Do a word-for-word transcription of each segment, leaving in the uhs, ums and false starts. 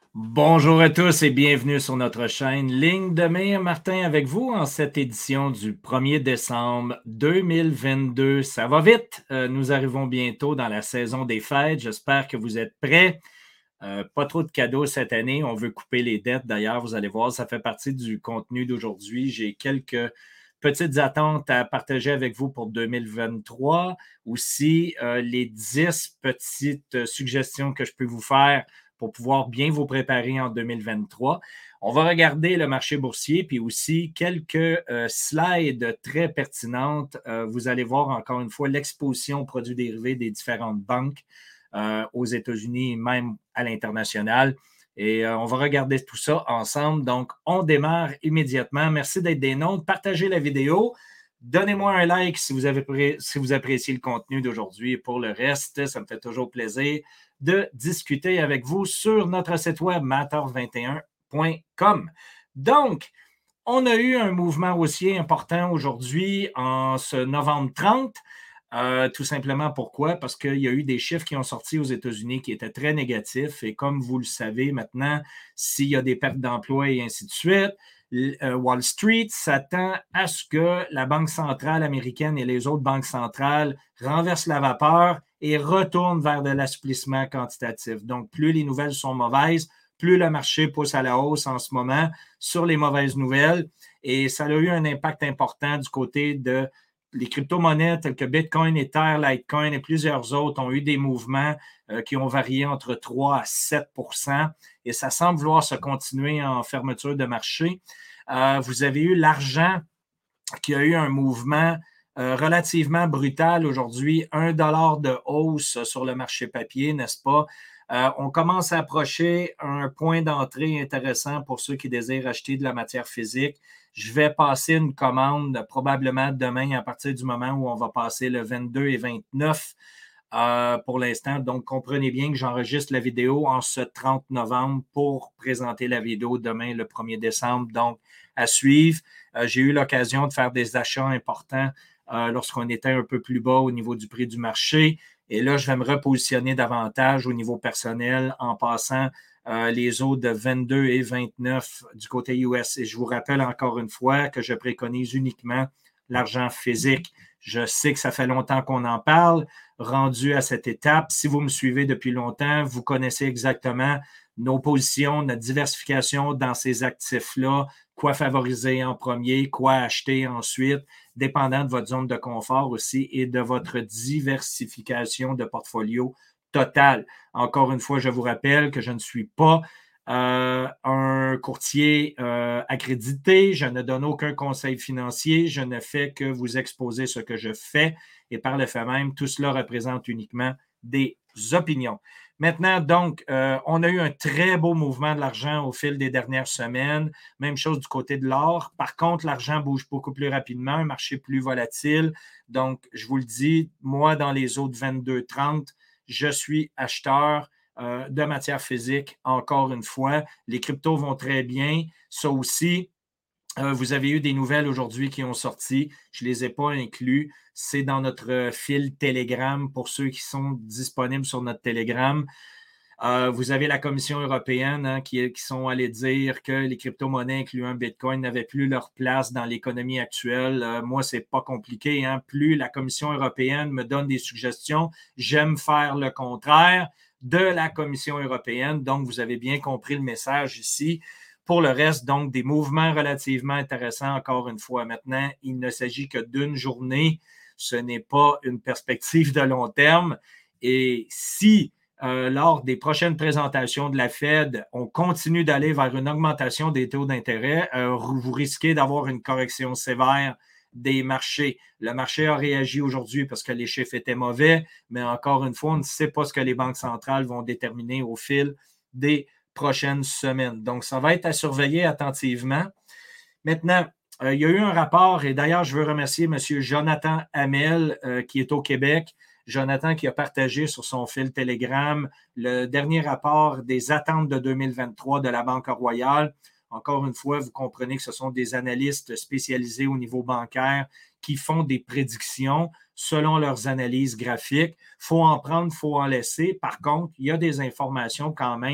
Bonjour à tous et bienvenue sur notre chaîne Ligne de mire. Martin avec vous en cette édition du premier décembre deux mille vingt-deux. Ça va vite, euh, nous arrivons bientôt dans la saison des fêtes. J'espère que vous êtes prêts. Euh, pas trop de cadeaux cette année. On veut couper les dettes. D'ailleurs, vous allez voir, ça fait partie du contenu d'aujourd'hui. J'ai quelques petites attentes à partager avec vous pour deux mille vingt-trois. Aussi, euh, les dix petites suggestions que je peux vous faire pour pouvoir bien vous préparer en deux mille vingt-trois. On va regarder le marché boursier, puis aussi quelques euh, slides très pertinentes. Euh, vous allez voir encore une fois l'exposition aux produits dérivés des différentes banques euh, aux États-Unis et même à l'international. Et euh, on va regarder tout ça ensemble. Donc, on démarre immédiatement. Merci d'être des nôtres. Partagez la vidéo. Donnez-moi un like si vous, avez, si vous appréciez le contenu d'aujourd'hui. Et pour le reste, ça me fait toujours plaisir de discuter avec vous sur notre site web matter vingt et un point com. Donc, on a eu un mouvement haussier important aujourd'hui en ce novembre trente. Euh, tout simplement pourquoi? Parce qu'il y a eu des chiffres qui ont sorti aux États-Unis qui étaient très négatifs. Et comme vous le savez maintenant, s'il y a des pertes d'emploi et ainsi de suite, Wall Street s'attend à ce que la Banque centrale américaine et les autres banques centrales renversent la vapeur et retournent vers de l'assouplissement quantitatif. Donc, plus les nouvelles sont mauvaises, plus le marché pousse à la hausse en ce moment sur les mauvaises nouvelles. Et ça a eu un impact important du côté de les crypto-monnaies telles que Bitcoin, Ether, Litecoin et plusieurs autres ont eu des mouvements euh, qui ont varié entre trois à sept pour cent et ça semble vouloir se continuer en fermeture de marché. Euh, vous avez eu l'argent qui a eu un mouvement euh, relativement brutal aujourd'hui, un dollar de hausse sur le marché papier, n'est-ce pas? Euh, on commence à approcher un point d'entrée intéressant pour ceux qui désirent acheter de la matière physique. Je vais passer une commande probablement demain à partir du moment où on va passer le vingt-deux et vingt-neuf euh, pour l'instant. Donc, comprenez bien que j'enregistre la vidéo en ce trente novembre pour présenter la vidéo demain, le premier décembre. Donc, à suivre. Euh, j'ai eu l'occasion de faire des achats importants euh, lorsqu'on était un peu plus bas au niveau du prix du marché. Et là, je vais me repositionner davantage au niveau personnel en passant euh, les eaux de vingt-deux et vingt-neuf du côté U S. Et je vous rappelle encore une fois que je préconise uniquement l'argent physique. Je sais que ça fait longtemps qu'on en parle. Rendu à cette étape, si vous me suivez depuis longtemps, vous connaissez exactement nos positions, notre diversification dans ces actifs-là, quoi favoriser en premier, quoi acheter ensuite, dépendant de votre zone de confort aussi et de votre diversification de portfolio total. Encore une fois, je vous rappelle que je ne suis pas euh, un courtier euh, accrédité, je ne donne aucun conseil financier, je ne fais que vous exposer ce que je fais et par le fait même, tout cela représente uniquement des opinions. Maintenant, donc, euh, on a eu un très beau mouvement de l'argent au fil des dernières semaines. Même chose du côté de l'or. Par contre, l'argent bouge beaucoup plus rapidement, un marché plus volatile. Donc, je vous le dis, moi, dans les autres vingt-deux trente, je suis acheteur euh, de matière physique, encore une fois. Les cryptos vont très bien. Ça aussi, euh, vous avez eu des nouvelles aujourd'hui qui ont sorti. Je ne les ai pas inclus. C'est dans notre fil Telegram pour ceux qui sont disponibles sur notre Telegram. Euh, vous avez la Commission européenne hein, qui, qui, sont allés dire que les crypto-monnaies, incluant Bitcoin, n'avaient plus leur place dans l'économie actuelle. Euh, moi, c'est pas compliqué. Hein. Plus la Commission européenne me donne des suggestions, j'aime faire le contraire de la Commission européenne. Donc, vous avez bien compris le message ici. Pour le reste, donc, des mouvements relativement intéressants, encore une fois. Maintenant, il ne s'agit que d'une journée. Ce n'est pas une perspective de long terme. Et si Euh, lors des prochaines présentations de la Fed, on continue d'aller vers une augmentation des taux d'intérêt, euh, vous risquez d'avoir une correction sévère des marchés. Le marché a réagi aujourd'hui parce que les chiffres étaient mauvais, mais encore une fois, on ne sait pas ce que les banques centrales vont déterminer au fil des prochaines semaines. Donc, ça va être à surveiller attentivement. Maintenant, euh, il y a eu un rapport, et d'ailleurs, je veux remercier M. Jonathan Hamel, euh, qui est au Québec. Jonathan qui a partagé sur son fil Telegram le dernier rapport des attentes de deux mille vingt-trois de la Banque Royale. Encore une fois, vous comprenez que ce sont des analystes spécialisés au niveau bancaire qui font des prédictions selon leurs analyses graphiques. Il faut en prendre, il faut en laisser. Par contre, il y a des informations quand même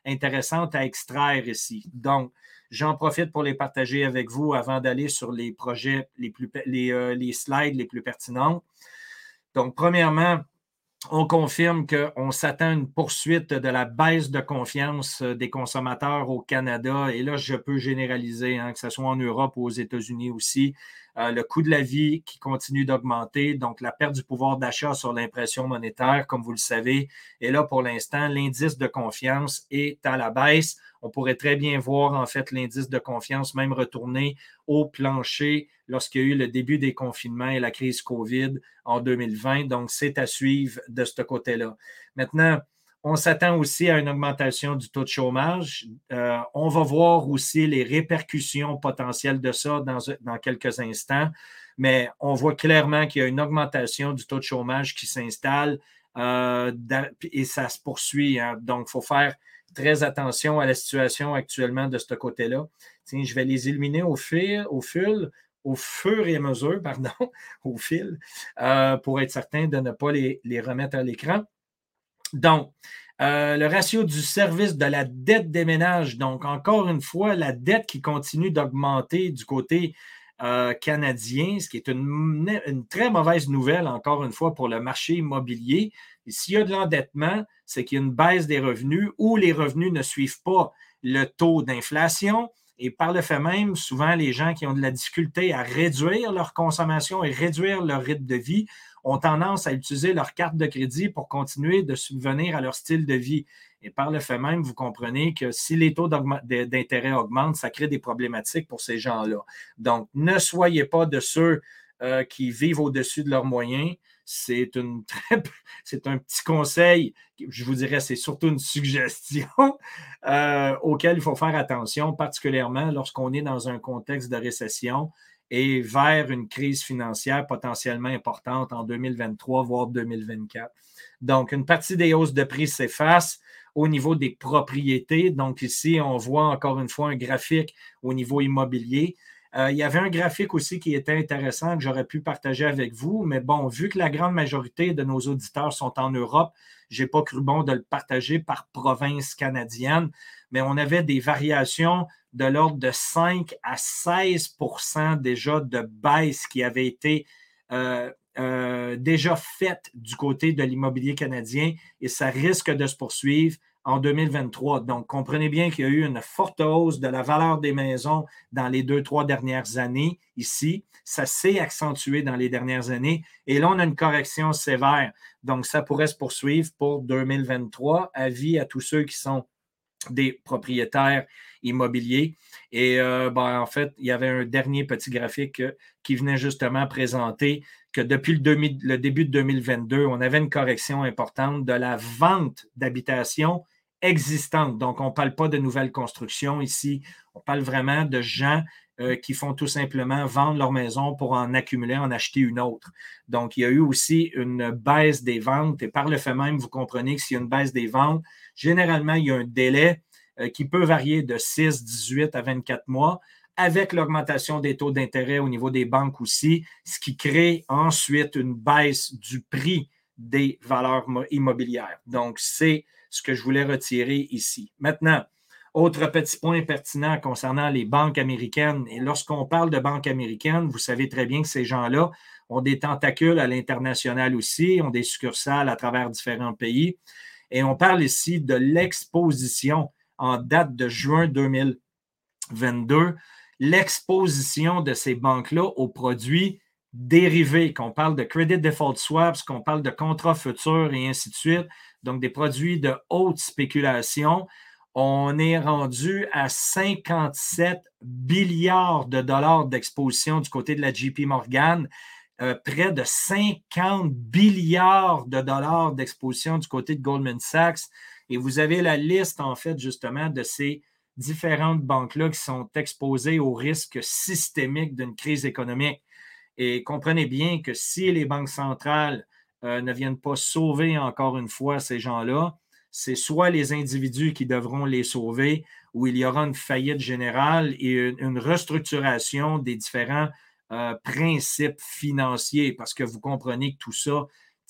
intéressantes à extraire ici. Donc, j'en profite pour les partager avec vous avant d'aller sur les projets, les, plus, les, euh, les slides les plus pertinents. Donc, premièrement, on confirme qu'on s'attend à une poursuite de la baisse de confiance des consommateurs au Canada. Et là, je peux généraliser, hein, que ce soit en Europe ou aux États-Unis aussi. Euh, le coût de la vie qui continue d'augmenter, donc la perte du pouvoir d'achat sur l'impression monétaire, comme vous le savez. Et là, pour l'instant, l'indice de confiance est à la baisse. On pourrait très bien voir, en fait, l'indice de confiance même retourner au plancher lorsqu'il y a eu le début des confinements et la crise COVID en deux mille vingt. Donc, c'est à suivre de ce côté-là. Maintenant, on s'attend aussi à une augmentation du taux de chômage. Euh, on va voir aussi les répercussions potentielles de ça dans, dans quelques instants, mais on voit clairement qu'il y a une augmentation du taux de chômage qui s'installe euh, et ça se poursuit. Hein. Donc, il faut faire très attention à la situation actuellement de ce côté-là. Tiens, je vais les éliminer au fil, au fil, au fur et à mesure, pardon, au fil, euh, pour être certain de ne pas les, les remettre à l'écran. Donc, euh, le ratio du service de la dette des ménages, donc encore une fois, la dette qui continue d'augmenter du côté euh, canadien, ce qui est une, une très mauvaise nouvelle, encore une fois, pour le marché immobilier. Et s'il y a de l'endettement, c'est qu'il y a une baisse des revenus ou les revenus ne suivent pas le taux d'inflation. Et par le fait même, souvent, les gens qui ont de la difficulté à réduire leur consommation et réduire leur rythme de vie ont tendance à utiliser leur carte de crédit pour continuer de subvenir à leur style de vie. Et par le fait même, vous comprenez que si les taux d'intérêt augmentent, ça crée des problématiques pour ces gens-là. Donc, ne soyez pas de ceux euh, qui vivent au-dessus de leurs moyens. C'est, une très, c'est un petit conseil, je vous dirais, c'est surtout une suggestion euh, auquel il faut faire attention, particulièrement lorsqu'on est dans un contexte de récession et vers une crise financière potentiellement importante en deux mille vingt-trois, voire deux mille vingt-quatre. Donc, une partie des hausses de prix s'efface au niveau des propriétés. Donc, ici, on voit encore une fois un graphique au niveau immobilier. Euh, il y avait un graphique aussi qui était intéressant que j'aurais pu partager avec vous, mais bon, vu que la grande majorité de nos auditeurs sont en Europe, je n'ai pas cru bon de le partager par province canadienne, mais on avait des variations de l'ordre de cinq à seize pour cent déjà de baisse qui avait été euh, euh, déjà faite du côté de l'immobilier canadien et ça risque de se poursuivre en deux mille vingt-trois. Donc, comprenez bien qu'il y a eu une forte hausse de la valeur des maisons dans les deux, trois dernières années ici. Ça s'est accentué dans les dernières années. Et là, on a une correction sévère. Donc, ça pourrait se poursuivre pour deux mille vingt-trois. Avis à tous ceux qui sont des propriétaires immobiliers. Et euh, ben, en fait, il y avait un dernier petit graphique euh, qui venait justement présenter que depuis le, demi, le début de deux mille vingt-deux, on avait une correction importante de la vente d'habitations existantes. Donc, on ne parle pas de nouvelles constructions ici. On parle vraiment de gens euh, qui font tout simplement vendre leur maison pour en accumuler, en acheter une autre. Donc, il y a eu aussi une baisse des ventes et par le fait même, vous comprenez que s'il y a une baisse des ventes, généralement, il y a un délai euh, qui peut varier de six, dix-huit à vingt-quatre mois avec l'augmentation des taux d'intérêt au niveau des banques aussi, ce qui crée ensuite une baisse du prix des valeurs immobilières. Donc, c'est ce que je voulais retirer ici. Maintenant, autre petit point pertinent concernant les banques américaines. Et lorsqu'on parle de banques américaines, vous savez très bien que ces gens-là ont des tentacules à l'international aussi, ont des succursales à travers différents pays. Et on parle ici de l'exposition en date de juin deux mille vingt-deux, l'exposition de ces banques-là aux produits dérivés, qu'on parle de credit default swaps, qu'on parle de contrats futurs et ainsi de suite, donc des produits de haute spéculation. On est rendu à cinquante-sept milliards de dollars d'exposition du côté de la J P Morgan, euh, près de cinquante milliards de dollars d'exposition du côté de Goldman Sachs. Et vous avez la liste, en fait, justement, de ces différentes banques-là qui sont exposées au risque systémique d'une crise économique. Et comprenez bien que si les banques centrales euh, ne viennent pas sauver encore une fois ces gens-là, c'est soit les individus qui devront les sauver ou il y aura une faillite générale et une, une restructuration des différents euh, principes financiers parce que vous comprenez que tout ça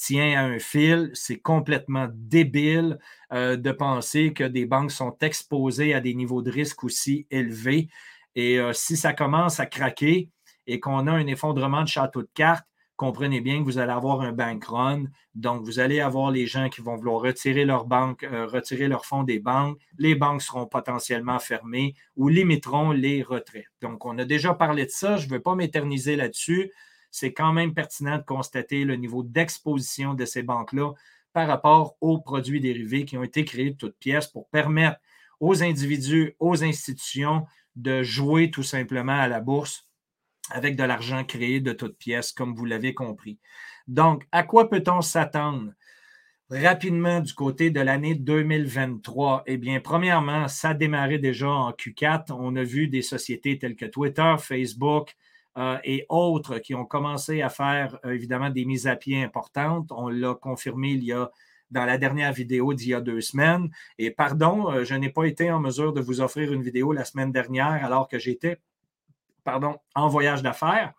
tient à un fil. C'est complètement débile euh, de penser que des banques sont exposées à des niveaux de risque aussi élevés. Et euh, si ça commence à craquer et qu'on a un effondrement de château de cartes, comprenez bien que vous allez avoir un bank run. Donc, vous allez avoir les gens qui vont vouloir retirer leur banque, euh, retirer leurs fonds des banques. Les banques seront potentiellement fermées ou limiteront les retraits. Donc, on a déjà parlé de ça. Je ne veux pas m'éterniser là-dessus. C'est quand même pertinent de constater le niveau d'exposition de ces banques-là par rapport aux produits dérivés qui ont été créés de toutes pièces pour permettre aux individus, aux institutions de jouer tout simplement à la bourse avec de l'argent créé de toutes pièces, comme vous l'avez compris. Donc, à quoi peut-on s'attendre rapidement du côté de l'année deux mille vingt-trois? Eh bien, premièrement, ça a démarré déjà en Q quatre. On a vu des sociétés telles que Twitter, Facebook euh, et autres qui ont commencé à faire, euh, évidemment, des mises à pied importantes. On l'a confirmé il y a dans la dernière vidéo d'il y a deux semaines. Et pardon, je n'ai pas été en mesure de vous offrir une vidéo la semaine dernière alors que j'étais pardon, en voyage d'affaires.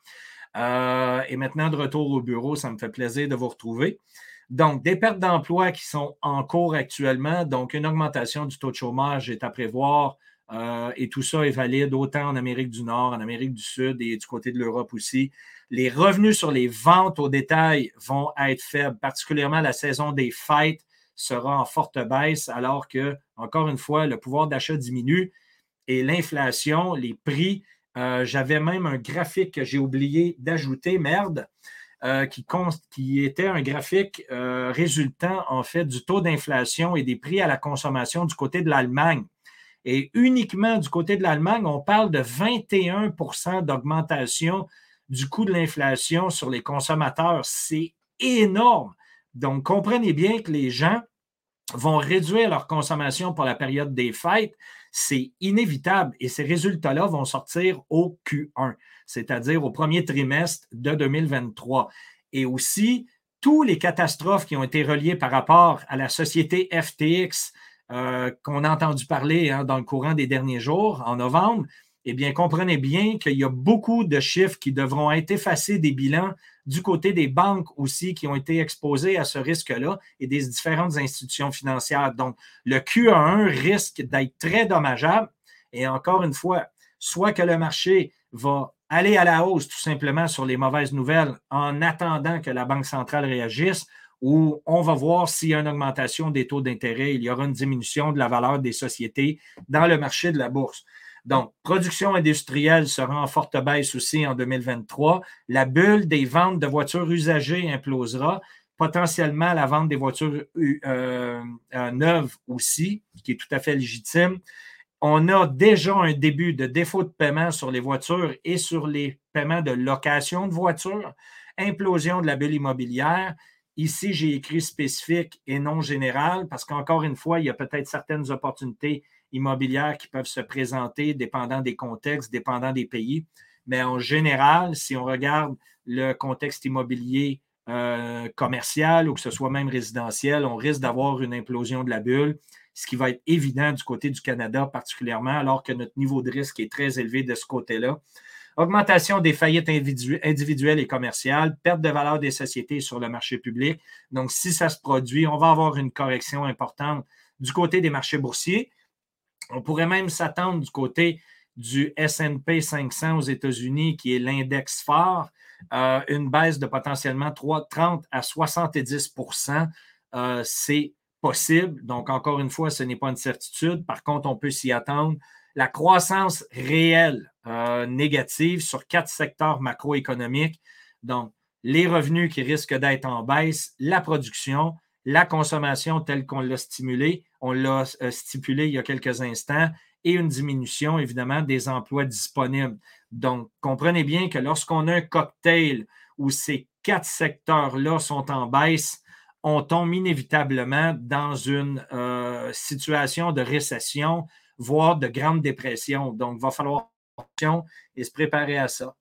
Euh, et maintenant, de retour au bureau, ça me fait plaisir de vous retrouver. Donc, des pertes d'emploi qui sont en cours actuellement. Donc, une augmentation du taux de chômage est à prévoir. Euh, et tout ça est valide autant en Amérique du Nord, en Amérique du Sud et du côté de l'Europe aussi. Les revenus sur les ventes au détail vont être faibles, particulièrement la saison des fêtes sera en forte baisse, alors que, encore une fois, le pouvoir d'achat diminue et l'inflation, les prix. Euh, j'avais même un graphique que j'ai oublié d'ajouter, merde, euh, qui, qui était un graphique euh, résultant en fait du taux d'inflation et des prix à la consommation du côté de l'Allemagne. Et uniquement du côté de l'Allemagne, on parle de vingt et un pour cent d'augmentation du coût de l'inflation sur les consommateurs. C'est énorme. Donc, comprenez bien que les gens vont réduire leur consommation pour la période des fêtes. C'est inévitable et ces résultats-là vont sortir au Q un, c'est-à-dire au premier trimestre de deux mille vingt-trois. Et aussi, tous les catastrophes qui ont été reliées par rapport à la société F T X euh, qu'on a entendu parler hein, dans le courant des derniers jours, en novembre, eh bien, comprenez bien qu'il y a beaucoup de chiffres qui devront être effacés des bilans du côté des banques aussi qui ont été exposées à ce risque-là et des différentes institutions financières. Donc, le Q un risque d'être très dommageable. Et encore une fois, soit que le marché va aller à la hausse tout simplement sur les mauvaises nouvelles en attendant que la Banque centrale réagisse, ou on va voir s'il y a une augmentation des taux d'intérêt, il y aura une diminution de la valeur des sociétés dans le marché de la bourse. Donc, production industrielle sera en forte baisse aussi en deux mille vingt-trois. La bulle des ventes de voitures usagées implosera. Potentiellement, la vente des voitures euh, euh, neuves aussi, qui est tout à fait légitime. On a déjà un début de défaut de paiement sur les voitures et sur les paiements de location de voitures. Implosion de la bulle immobilière. Ici, j'ai écrit spécifique et non général parce qu'encore une fois, il y a peut-être certaines opportunités immobilières qui peuvent se présenter dépendant des contextes, dépendant des pays. Mais en général, si on regarde le contexte immobilier euh, commercial ou que ce soit même résidentiel, on risque d'avoir une implosion de la bulle, ce qui va être évident du côté du Canada particulièrement, alors que notre niveau de risque est très élevé de ce côté-là. Augmentation des faillites individu- individuelles et commerciales, perte de valeur des sociétés sur le marché public. Donc, si ça se produit, on va avoir une correction importante du côté des marchés boursiers. On pourrait même s'attendre du côté du S and P cinq cents aux États-Unis, qui est l'index phare, euh, une baisse de potentiellement trente à soixante-dix pour cent. Euh, c'est possible. Donc, encore une fois, ce n'est pas une certitude. Par contre, on peut s'y attendre. La croissance réelle euh, négative sur quatre secteurs macroéconomiques. Donc, les revenus qui risquent d'être en baisse, la production, la consommation telle qu'on l'a stimulée, on l'a euh, stipulé il y a quelques instants, et une diminution, évidemment, des emplois disponibles. Donc, comprenez bien que lorsqu'on a un cocktail où ces quatre secteurs-là sont en baisse, on tombe inévitablement dans une euh, situation de récession, voire de grande dépression. Donc, il va falloir et se préparer à ça.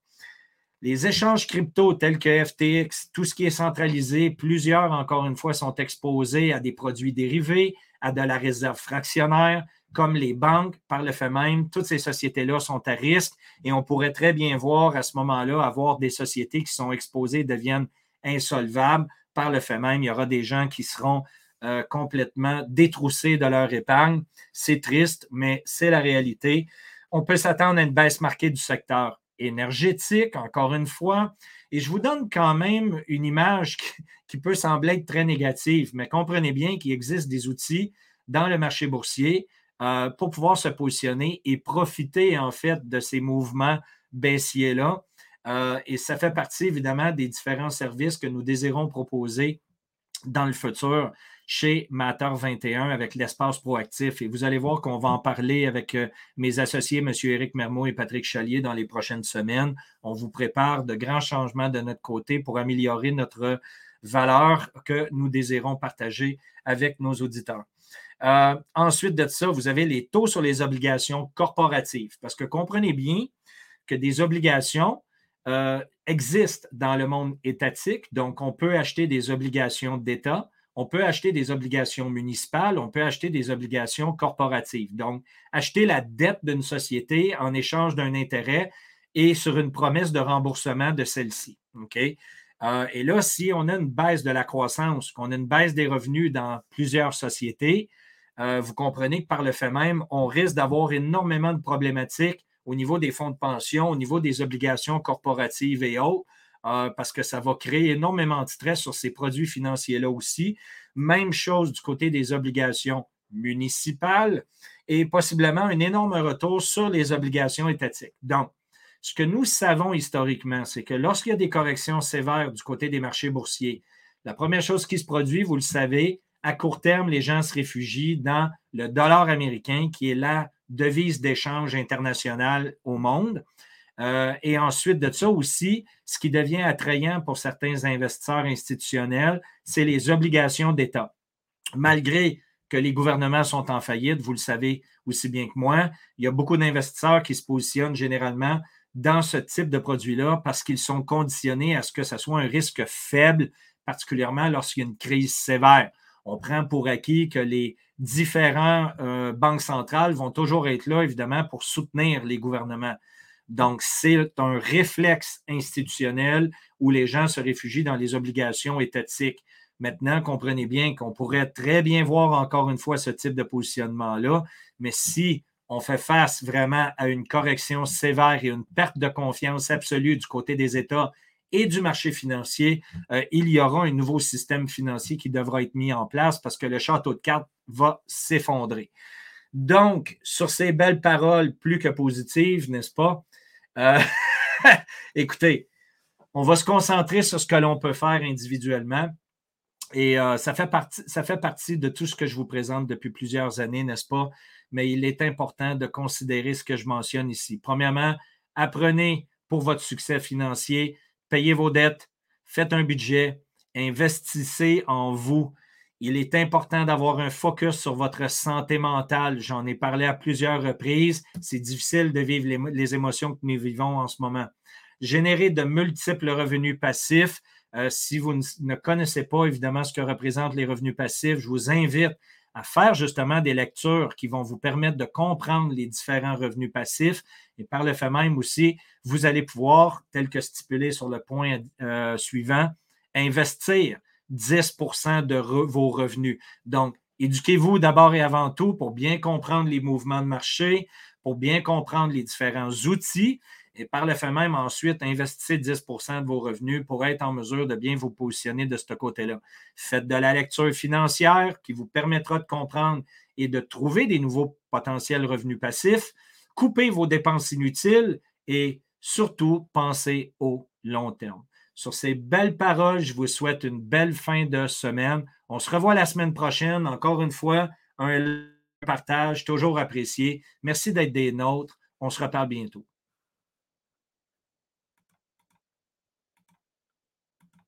Les échanges crypto tels que F T X, tout ce qui est centralisé, plusieurs, encore une fois, sont exposés à des produits dérivés, à de la réserve fractionnaire, comme les banques, par le fait même, toutes ces sociétés-là sont à risque et on pourrait très bien voir à ce moment-là avoir des sociétés qui sont exposées deviennent insolvables par le fait même, il y aura des gens qui seront euh, complètement détroussés de leur épargne. C'est triste, mais c'est la réalité. On peut s'attendre à une baisse marquée du secteur énergétique, encore une fois. Et je vous donne quand même une image qui, qui peut sembler être très négative, mais comprenez bien qu'il existe des outils dans le marché boursier euh, pour pouvoir se positionner et profiter en fait de ces mouvements baissiers-là. Euh, et ça fait partie évidemment des différents services que nous désirons proposer dans le futur chez Matter vingt et un avec l'espace proactif. Et vous allez voir qu'on va en parler avec euh, mes associés, M. Éric Mermot et Patrick Chalier, dans les prochaines semaines. On vous prépare de grands changements de notre côté pour améliorer notre valeur que nous désirons partager avec nos auditeurs. Euh, ensuite de ça, vous avez les taux sur les obligations corporatives. Parce que comprenez bien que des obligations euh, existent dans le monde étatique. Donc, on peut acheter des obligations d'État, on peut acheter des obligations municipales, on peut acheter des obligations corporatives. Donc, acheter la dette d'une société en échange d'un intérêt et sur une promesse de remboursement de celle-ci. OK? Euh, et là, si on a une baisse de la croissance, qu'on a une baisse des revenus dans plusieurs sociétés, euh, vous comprenez que par le fait même, on risque d'avoir énormément de problématiques au niveau des fonds de pension, au niveau des obligations corporatives et autres, euh, parce que ça va créer énormément de stress sur ces produits financiers-là aussi. Même chose du côté des obligations municipales et possiblement un énorme retour sur les obligations étatiques. Donc, ce que nous savons historiquement, c'est que lorsqu'il y a des corrections sévères du côté des marchés boursiers, la première chose qui se produit, vous le savez, à court terme, les gens se réfugient dans le dollar américain, qui est la devise d'échange internationale au monde. Euh, et ensuite de ça aussi, ce qui devient attrayant pour certains investisseurs institutionnels, c'est les obligations d'État. Malgré que les gouvernements sont en faillite, vous le savez aussi bien que moi, il y a beaucoup d'investisseurs qui se positionnent généralement dans ce type de produit-là parce qu'ils sont conditionnés à ce que ce soit un risque faible, particulièrement lorsqu'il y a une crise sévère. On prend pour acquis que les différentes euh, banques centrales vont toujours être là, évidemment, pour soutenir les gouvernements. Donc, c'est un réflexe institutionnel où les gens se réfugient dans les obligations étatiques. Maintenant, comprenez bien qu'on pourrait très bien voir encore une fois ce type de positionnement-là, mais si on fait face vraiment à une correction sévère et une perte de confiance absolue du côté des États et du marché financier, euh, il y aura un nouveau système financier qui devra être mis en place parce que le château de cartes va s'effondrer. Donc, sur ces belles paroles plus que positives, n'est-ce pas? Euh, écoutez, on va se concentrer sur ce que l'on peut faire individuellement. Et euh, ça fait partie, ça fait partie de tout ce que je vous présente depuis plusieurs années, n'est-ce pas? Mais il est important de considérer ce que je mentionne ici. Premièrement, apprenez pour votre succès financier, payez vos dettes, faites un budget, investissez en vous. Il est important d'avoir un focus sur votre santé mentale. J'en ai parlé à plusieurs reprises. C'est difficile de vivre les, les émotions que nous vivons en ce moment. Générer de multiples revenus passifs. Euh, si vous ne, ne connaissez pas évidemment ce que représentent les revenus passifs, je vous invite à faire justement des lectures qui vont vous permettre de comprendre les différents revenus passifs. Et par le fait même aussi, vous allez pouvoir, tel que stipulé sur le point euh, suivant, investir dix pour cent de re- vos revenus. Donc, éduquez-vous d'abord et avant tout pour bien comprendre les mouvements de marché, pour bien comprendre les différents outils. Et par le fait même, ensuite, investissez dix pour cent de vos revenus pour être en mesure de bien vous positionner de ce côté-là. Faites de la lecture financière qui vous permettra de comprendre et de trouver des nouveaux potentiels revenus passifs. Coupez vos dépenses inutiles et surtout, pensez au long terme. Sur ces belles paroles, je vous souhaite une belle fin de semaine. On se revoit la semaine prochaine. Encore une fois, un partage toujours apprécié. Merci d'être des nôtres. On se reparle bientôt.